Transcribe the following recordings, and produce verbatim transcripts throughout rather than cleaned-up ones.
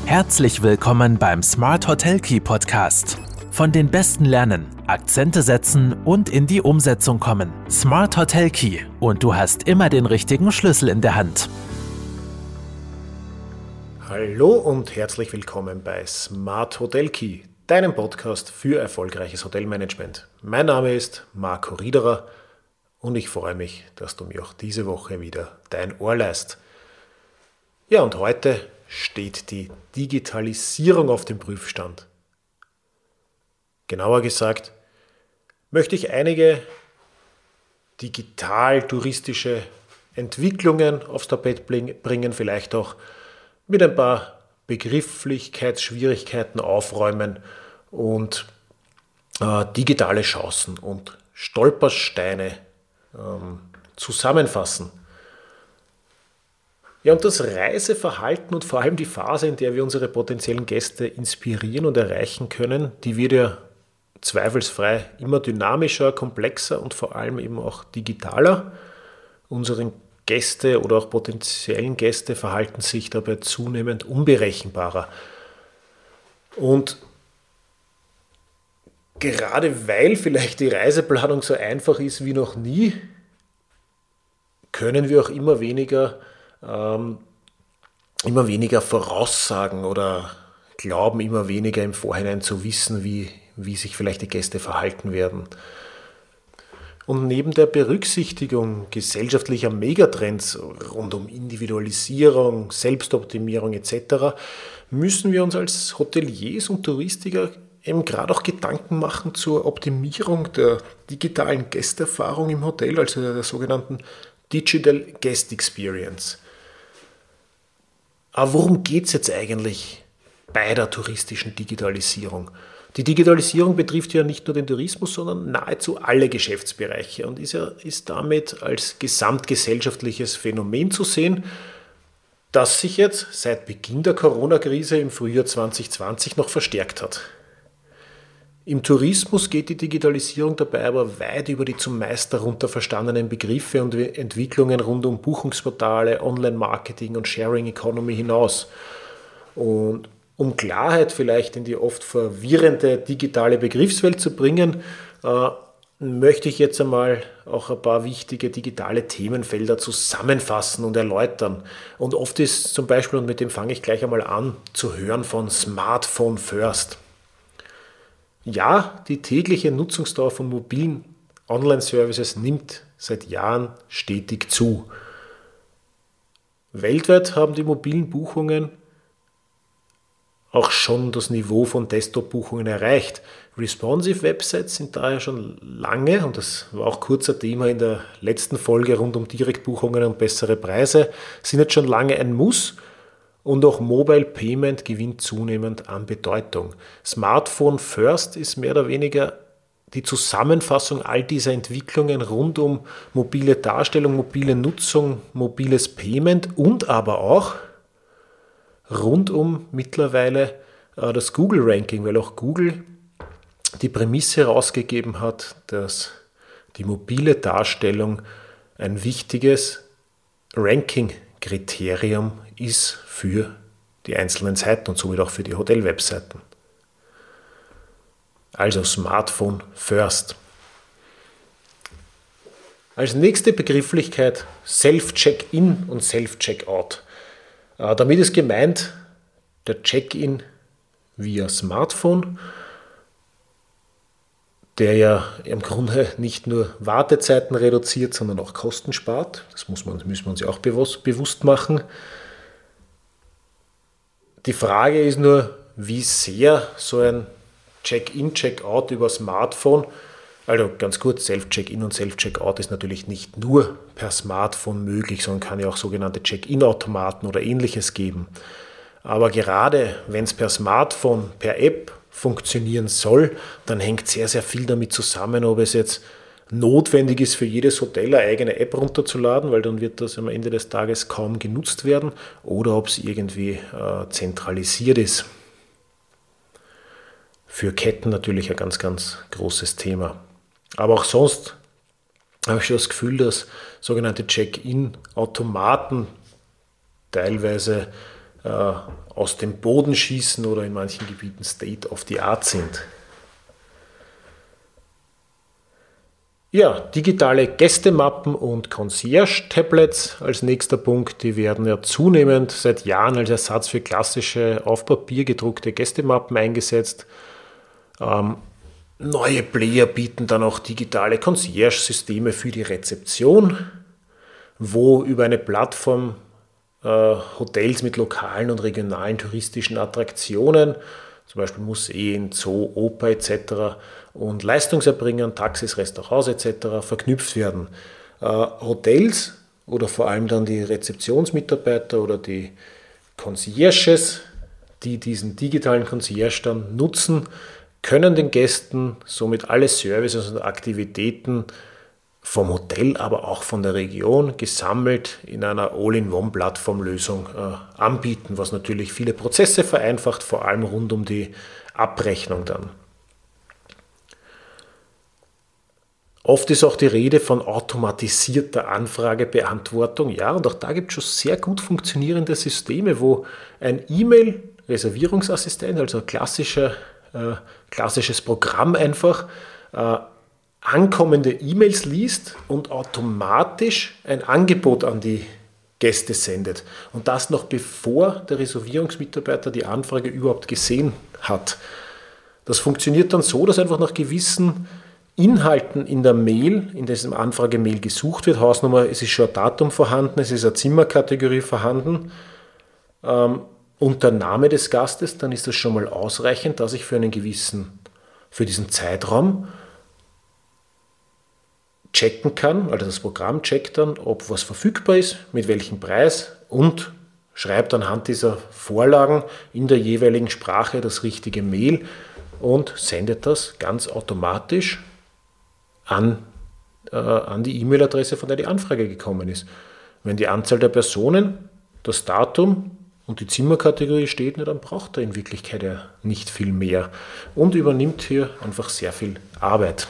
Herzlich willkommen beim Smart Hotel Key Podcast. Von den Besten lernen, Akzente setzen und in die Umsetzung kommen. Smart Hotel Key und du hast immer den richtigen Schlüssel in der Hand. Hallo und herzlich willkommen bei Smart Hotel Key, deinem Podcast für erfolgreiches Hotelmanagement. Mein Name ist Marco Riederer und ich freue mich, dass du mir auch diese Woche wieder dein Ohr leihst. Ja, und heute steht die Digitalisierung auf dem Prüfstand. Genauer gesagt, möchte ich einige digital-touristische Entwicklungen aufs Tapet bringen, vielleicht auch mit ein paar Begrifflichkeitsschwierigkeiten aufräumen und äh, digitale Chancen und Stolpersteine ähm, zusammenfassen. Ja, und das Reiseverhalten und vor allem die Phase, in der wir unsere potenziellen Gäste inspirieren und erreichen können, die wird ja zweifelsfrei immer dynamischer, komplexer und vor allem eben auch digitaler. Unsere Gäste oder auch potenziellen Gäste verhalten sich dabei zunehmend unberechenbarer. Und gerade weil vielleicht die Reiseplanung so einfach ist wie noch nie, können wir auch immer weniger Ähm, immer weniger voraussagen oder glauben immer weniger im Vorhinein zu wissen, wie, wie sich vielleicht die Gäste verhalten werden. Und neben der Berücksichtigung gesellschaftlicher Megatrends rund um Individualisierung, Selbstoptimierung et cetera müssen wir uns als Hoteliers und Touristiker eben gerade auch Gedanken machen zur Optimierung der digitalen Gästeerfahrung im Hotel, also der sogenannten Digital Guest Experience. Aber worum geht es jetzt eigentlich bei der touristischen Digitalisierung? Die Digitalisierung betrifft ja nicht nur den Tourismus, sondern nahezu alle Geschäftsbereiche und ist, ja, ist damit als gesamtgesellschaftliches Phänomen zu sehen, das sich jetzt seit Beginn der Corona-Krise im Frühjahr zwanzig zwanzig noch verstärkt hat. Im Tourismus geht die Digitalisierung dabei aber weit über die zumeist darunter verstandenen Begriffe und Entwicklungen rund um Buchungsportale, Online-Marketing und Sharing Economy hinaus. Und um Klarheit vielleicht in die oft verwirrende digitale Begriffswelt zu bringen, äh, möchte ich jetzt einmal auch ein paar wichtige digitale Themenfelder zusammenfassen und erläutern. Und oft ist zum Beispiel, und mit dem fange ich gleich einmal an, zu hören von Smartphone First. Ja, die tägliche Nutzungsdauer von mobilen Online-Services nimmt seit Jahren stetig zu. Weltweit haben die mobilen Buchungen auch schon das Niveau von Desktop-Buchungen erreicht. Responsive Websites sind daher schon lange, und das war auch kurzer Thema in der letzten Folge rund um Direktbuchungen und bessere Preise, sind jetzt schon lange ein Muss. Und auch Mobile Payment gewinnt zunehmend an Bedeutung. Smartphone First ist mehr oder weniger die Zusammenfassung all dieser Entwicklungen rund um mobile Darstellung, mobile Nutzung, mobiles Payment und aber auch rund um mittlerweile das Google-Ranking, weil auch Google die Prämisse herausgegeben hat, dass die mobile Darstellung ein wichtiges Ranking-Kriterium ist für die einzelnen Seiten und somit auch für die Hotel-Webseiten. Also Smartphone First. Als nächste Begrifflichkeit Self-Check-In und Self-Check-Out. Äh, damit ist gemeint der Check-In via Smartphone, der ja im Grunde nicht nur Wartezeiten reduziert, sondern auch Kosten spart. Das muss man, müssen wir uns ja auch bewusst, bewusst machen. Die Frage ist nur, wie sehr so ein Check-in, Check-out über Smartphone, also ganz kurz, Self-Check-in und Self-Check-out ist natürlich nicht nur per Smartphone möglich, sondern kann ja auch sogenannte Check-in-Automaten oder ähnliches geben. Aber gerade wenn es per Smartphone, per App funktionieren soll, dann hängt sehr, sehr viel damit zusammen, ob es jetzt notwendig ist, für jedes Hotel eine eigene App runterzuladen, weil dann wird das am Ende des Tages kaum genutzt werden, oder ob es irgendwie äh, zentralisiert ist. Für Ketten natürlich ein ganz, ganz großes Thema. Aber auch sonst habe ich schon das Gefühl, dass sogenannte Check-in-Automaten teilweise äh, aus dem Boden schießen oder in manchen Gebieten State of the Art sind. Ja, digitale Gästemappen und Concierge-Tablets als nächster Punkt, die werden ja zunehmend seit Jahren als Ersatz für klassische auf Papier gedruckte Gästemappen eingesetzt. Ähm, neue Player bieten dann auch digitale Concierge-Systeme für die Rezeption, wo über eine Plattform äh, Hotels mit lokalen und regionalen touristischen Attraktionen, zum Beispiel Museen, Zoo, Oper et cetera und Leistungserbringern, Taxis, Restaurants et cetera verknüpft werden. Äh, Hotels oder vor allem dann die Rezeptionsmitarbeiter oder die Concierges, die diesen digitalen Concierge dann nutzen, können den Gästen somit alle Services und Aktivitäten vom Hotel, aber auch von der Region gesammelt in einer All-in-One-Plattform-Lösung äh, anbieten, was natürlich viele Prozesse vereinfacht, vor allem rund um die Abrechnung dann. Oft ist auch die Rede von automatisierter Anfragebeantwortung. Ja, und auch da gibt es schon sehr gut funktionierende Systeme, wo ein E-Mail-Reservierungsassistent, also ein klassischer, äh, klassisches Programm einfach, äh, ankommende E-Mails liest und automatisch ein Angebot an die Gäste sendet. Und das noch bevor der Reservierungsmitarbeiter die Anfrage überhaupt gesehen hat. Das funktioniert dann so, dass einfach nach gewissen Inhalten in der Mail, in diesem Anfragemail gesucht wird. Hausnummer, es ist schon ein Datum vorhanden, es ist eine Zimmerkategorie vorhanden ähm, und der Name des Gastes, dann ist das schon mal ausreichend, dass ich für einen gewissen, für diesen Zeitraum checken kann, also das Programm checkt dann, ob was verfügbar ist, mit welchem Preis und schreibt anhand dieser Vorlagen in der jeweiligen Sprache das richtige Mail und sendet das ganz automatisch an, äh, an die E-Mail-Adresse, von der die Anfrage gekommen ist. Wenn die Anzahl der Personen, das Datum und die Zimmerkategorie steht, dann braucht er in Wirklichkeit ja nicht viel mehr und übernimmt hier einfach sehr viel Arbeit.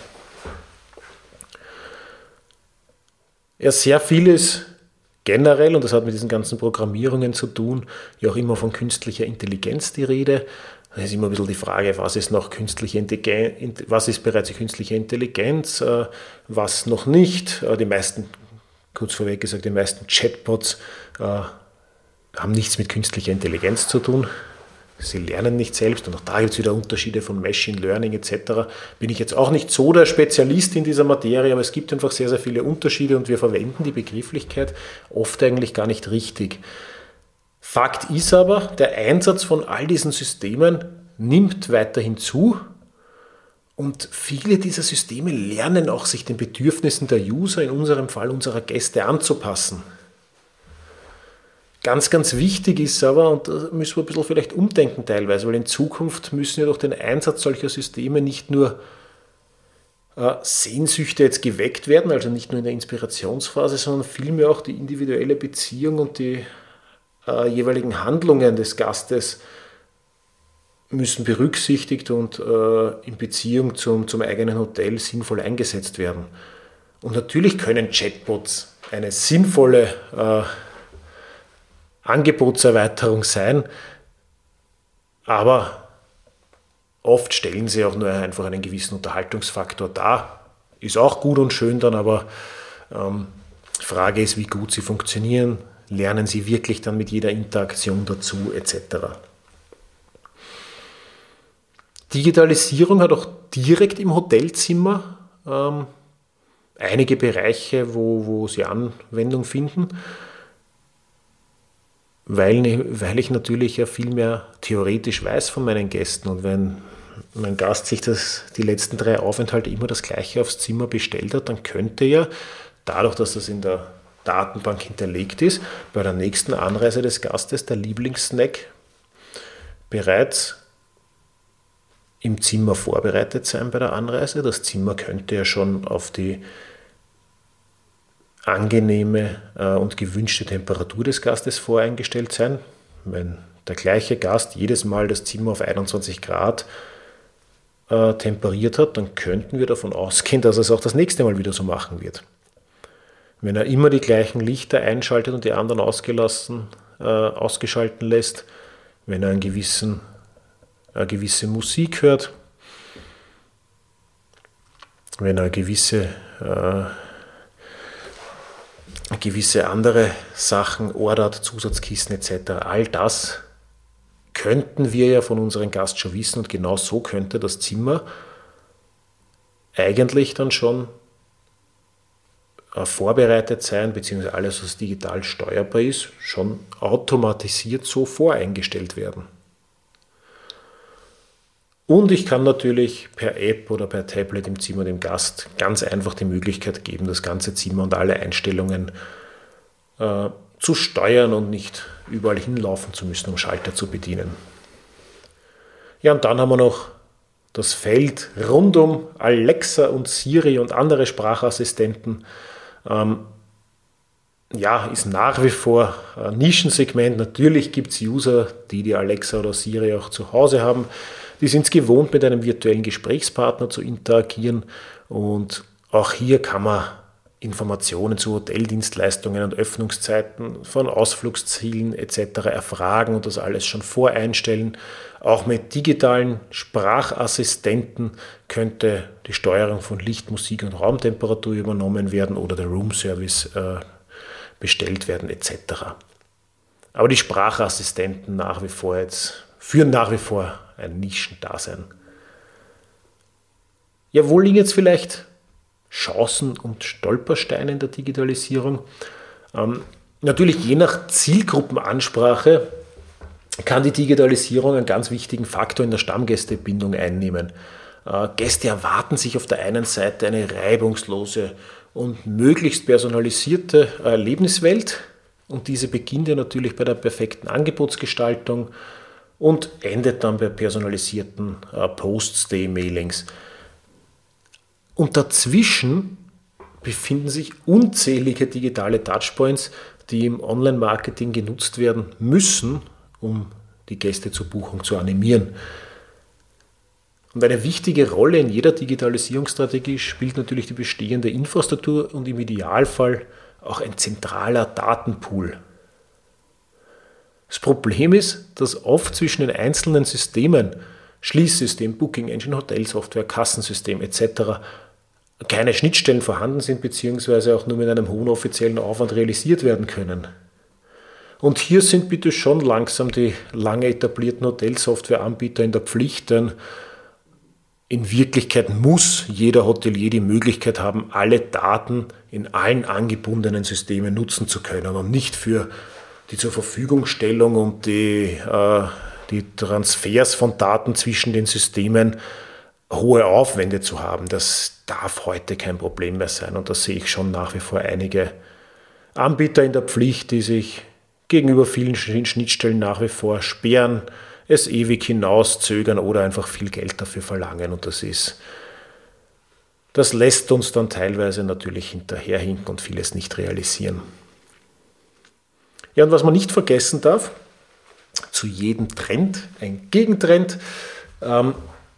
Ja, sehr vieles generell, und das hat mit diesen ganzen Programmierungen zu tun, ja auch immer von künstlicher Intelligenz die Rede. Da ist immer ein bisschen die Frage, was ist noch künstliche Intelligenz, was ist bereits künstliche Intelligenz, was noch nicht. Die meisten, kurz vorweg gesagt, die meisten Chatbots haben nichts mit künstlicher Intelligenz zu tun. Sie lernen nicht selbst und auch da gibt es wieder Unterschiede von Machine Learning et cetera. Bin ich jetzt auch nicht so der Spezialist in dieser Materie, aber es gibt einfach sehr, sehr viele Unterschiede und wir verwenden die Begrifflichkeit oft eigentlich gar nicht richtig. Fakt ist aber, der Einsatz von all diesen Systemen nimmt weiterhin zu und viele dieser Systeme lernen auch, sich den Bedürfnissen der User, in unserem Fall unserer Gäste, anzupassen. Ganz, ganz wichtig ist aber, und da müssen wir ein bisschen vielleicht umdenken teilweise, weil in Zukunft müssen ja durch den Einsatz solcher Systeme nicht nur äh, Sehnsüchte jetzt geweckt werden, also nicht nur in der Inspirationsphase, sondern vielmehr auch die individuelle Beziehung und die äh, jeweiligen Handlungen des Gastes müssen berücksichtigt und äh, in Beziehung zum, zum eigenen Hotel sinnvoll eingesetzt werden. Und natürlich können Chatbots eine sinnvolle äh, Angebotserweiterung sein, aber oft stellen sie auch nur einfach einen gewissen Unterhaltungsfaktor dar. Ist auch gut und schön dann, aber ähm, Frage ist, wie gut sie funktionieren, lernen sie wirklich dann mit jeder Interaktion dazu et cetera. Digitalisierung hat auch direkt im Hotelzimmer ähm, einige Bereiche, wo, wo sie Anwendung finden. Weil, weil ich natürlich ja viel mehr theoretisch weiß von meinen Gästen und wenn mein Gast sich das, die letzten drei Aufenthalte immer das Gleiche aufs Zimmer bestellt hat, dann könnte ja, dadurch, dass das in der Datenbank hinterlegt ist, bei der nächsten Anreise des Gastes der Lieblingssnack bereits im Zimmer vorbereitet sein bei der Anreise. Das Zimmer könnte ja schon auf die angenehme äh, und gewünschte Temperatur des Gastes voreingestellt sein. Wenn der gleiche Gast jedes Mal das Zimmer auf einundzwanzig Grad äh, temperiert hat, dann könnten wir davon ausgehen, dass er es auch das nächste Mal wieder so machen wird. Wenn er immer die gleichen Lichter einschaltet und die anderen ausgelassen äh, ausgeschalten lässt, wenn er einen gewissen, eine gewisse Musik hört, wenn er gewisse, äh, gewisse andere Sachen ordert, Zusatzkisten et cetera. All das könnten wir ja von unserem Gast schon wissen und genau so könnte das Zimmer eigentlich dann schon äh, vorbereitet sein, beziehungsweise alles, was digital steuerbar ist, schon automatisiert so voreingestellt werden. Und ich kann natürlich per App oder per Tablet im Zimmer dem Gast ganz einfach die Möglichkeit geben, das ganze Zimmer und alle Einstellungen äh, zu steuern und nicht überall hinlaufen zu müssen, um Schalter zu bedienen. Ja, und dann haben wir noch das Feld rund um Alexa und Siri und andere Sprachassistenten. Ähm, ja, ist nach wie vor ein Nischensegment. Natürlich gibt es User, die die Alexa oder Siri auch zu Hause haben. Die sind es gewohnt, mit einem virtuellen Gesprächspartner zu interagieren, und auch hier kann man Informationen zu Hoteldienstleistungen und Öffnungszeiten von Ausflugszielen et cetera erfragen und das alles schon voreinstellen. Auch mit digitalen Sprachassistenten könnte die Steuerung von Licht, Musik und Raumtemperatur übernommen werden oder der Roomservice äh, bestellt werden et cetera. Aber die Sprachassistenten nach wie vor jetzt führen nach wie vor ein Nischendasein. Ja, wo liegen jetzt vielleicht Chancen und Stolpersteine in der Digitalisierung? Ähm, natürlich je nach Zielgruppenansprache kann die Digitalisierung einen ganz wichtigen Faktor in der Stammgästebindung einnehmen. Äh, Gäste erwarten sich auf der einen Seite eine reibungslose und möglichst personalisierte Erlebniswelt, und diese beginnt ja natürlich bei der perfekten Angebotsgestaltung und endet dann bei personalisierten äh, Post-Stay-Mailings. Und dazwischen befinden sich unzählige digitale Touchpoints, die im Online-Marketing genutzt werden müssen, um die Gäste zur Buchung zu animieren. Und eine wichtige Rolle in jeder Digitalisierungsstrategie spielt natürlich die bestehende Infrastruktur und im Idealfall auch ein zentraler Datenpool. Das Problem ist, dass oft zwischen den einzelnen Systemen, Schließsystem, Booking Engine, Hotelsoftware, Kassensystem et cetera, keine Schnittstellen vorhanden sind bzw. auch nur mit einem hohen offiziellen Aufwand realisiert werden können. Und hier sind bitte schon langsam die lange etablierten Hotelsoftwareanbieter in der Pflicht, denn in Wirklichkeit muss jeder Hotelier die Möglichkeit haben, alle Daten in allen angebundenen Systemen nutzen zu können und nicht für die zur Verfügungstellung und die, äh, die Transfers von Daten zwischen den Systemen hohe Aufwände zu haben. Das darf heute kein Problem mehr sein, und da sehe ich schon nach wie vor einige Anbieter in der Pflicht, die sich gegenüber vielen Schnittstellen nach wie vor sperren, es ewig hinauszögern oder einfach viel Geld dafür verlangen, und das ist, das lässt uns dann teilweise natürlich hinterherhinken und vieles nicht realisieren. Ja, und was man nicht vergessen darf, zu jedem Trend ein Gegentrend. Ähm,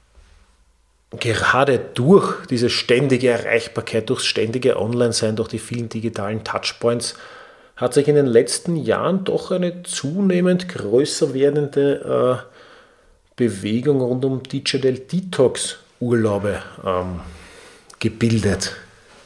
gerade durch diese ständige Erreichbarkeit, durch ständige Online-Sein, durch die vielen digitalen Touchpoints hat sich in den letzten Jahren doch eine zunehmend größer werdende äh, Bewegung rund um Digital Detox Urlaube ähm, gebildet.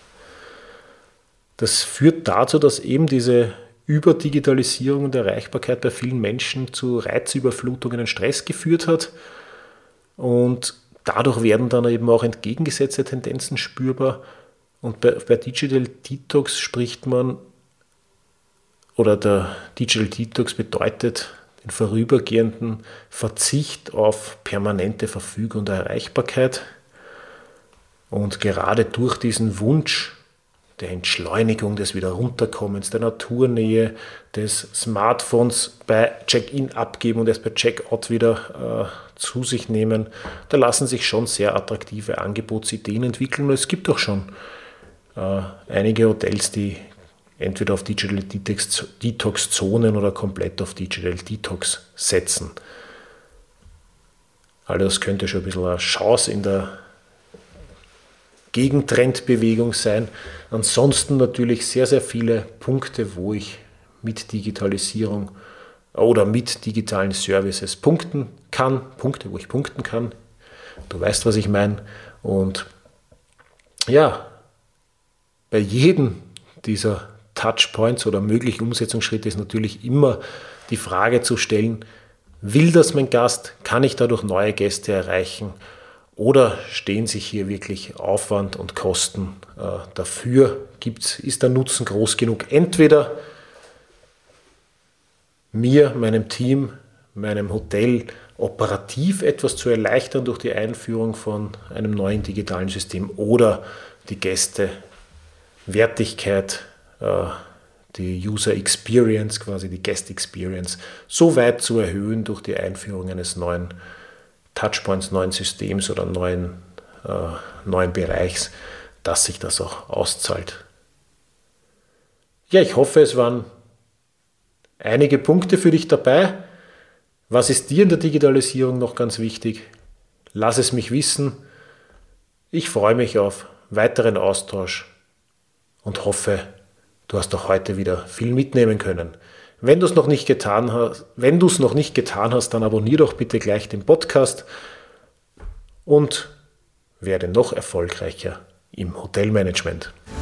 Das führt dazu, dass eben diese Überdigitalisierung und Erreichbarkeit bei vielen Menschen zu Reizüberflutungen und Stress geführt hat, und dadurch werden dann eben auch entgegengesetzte Tendenzen spürbar, und bei, bei Digital Detox spricht man, oder der Digital Detox bedeutet den vorübergehenden Verzicht auf permanente Verfügung und Erreichbarkeit, und gerade durch diesen Wunsch der Entschleunigung, des Wiederrunterkommens, der Naturnähe, des Smartphones bei Check-in abgeben und erst bei Check-out wieder äh, zu sich nehmen, da lassen sich schon sehr attraktive Angebotsideen entwickeln. Und es gibt auch schon äh, einige Hotels, die entweder auf Digital Detox-Zonen oder komplett auf Digital Detox setzen. Also das könnte schon ein bisschen eine Chance in der Gegentrendbewegung sein. Ansonsten natürlich sehr, sehr viele Punkte, wo ich mit Digitalisierung oder mit digitalen Services punkten kann, Punkte, wo ich punkten kann. Du weißt, was ich meine. Und ja, bei jedem dieser Touchpoints oder möglichen Umsetzungsschritte ist natürlich immer die Frage zu stellen, will das mein Gast? Kann ich dadurch neue Gäste erreichen? Oder stehen sich hier wirklich Aufwand und Kosten äh, dafür? Gibt's, ist der Nutzen groß genug? Entweder mir, meinem Team, meinem Hotel operativ etwas zu erleichtern durch die Einführung von einem neuen digitalen System oder die Gästewertigkeit, äh, die User Experience, quasi die Guest Experience, so weit zu erhöhen durch die Einführung eines neuen Touchpoints, neuen Systems oder neuen, äh, neuen Bereichs, dass sich das auch auszahlt. Ja, ich hoffe, es waren einige Punkte für dich dabei. Was ist dir in der Digitalisierung noch ganz wichtig? Lass es mich wissen. Ich freue mich auf weiteren Austausch und hoffe, du hast auch heute wieder viel mitnehmen können. Wenn du es noch nicht getan hast, wenn du es noch nicht getan hast, dann abonniere doch bitte gleich den Podcast und werde noch erfolgreicher im Hotelmanagement.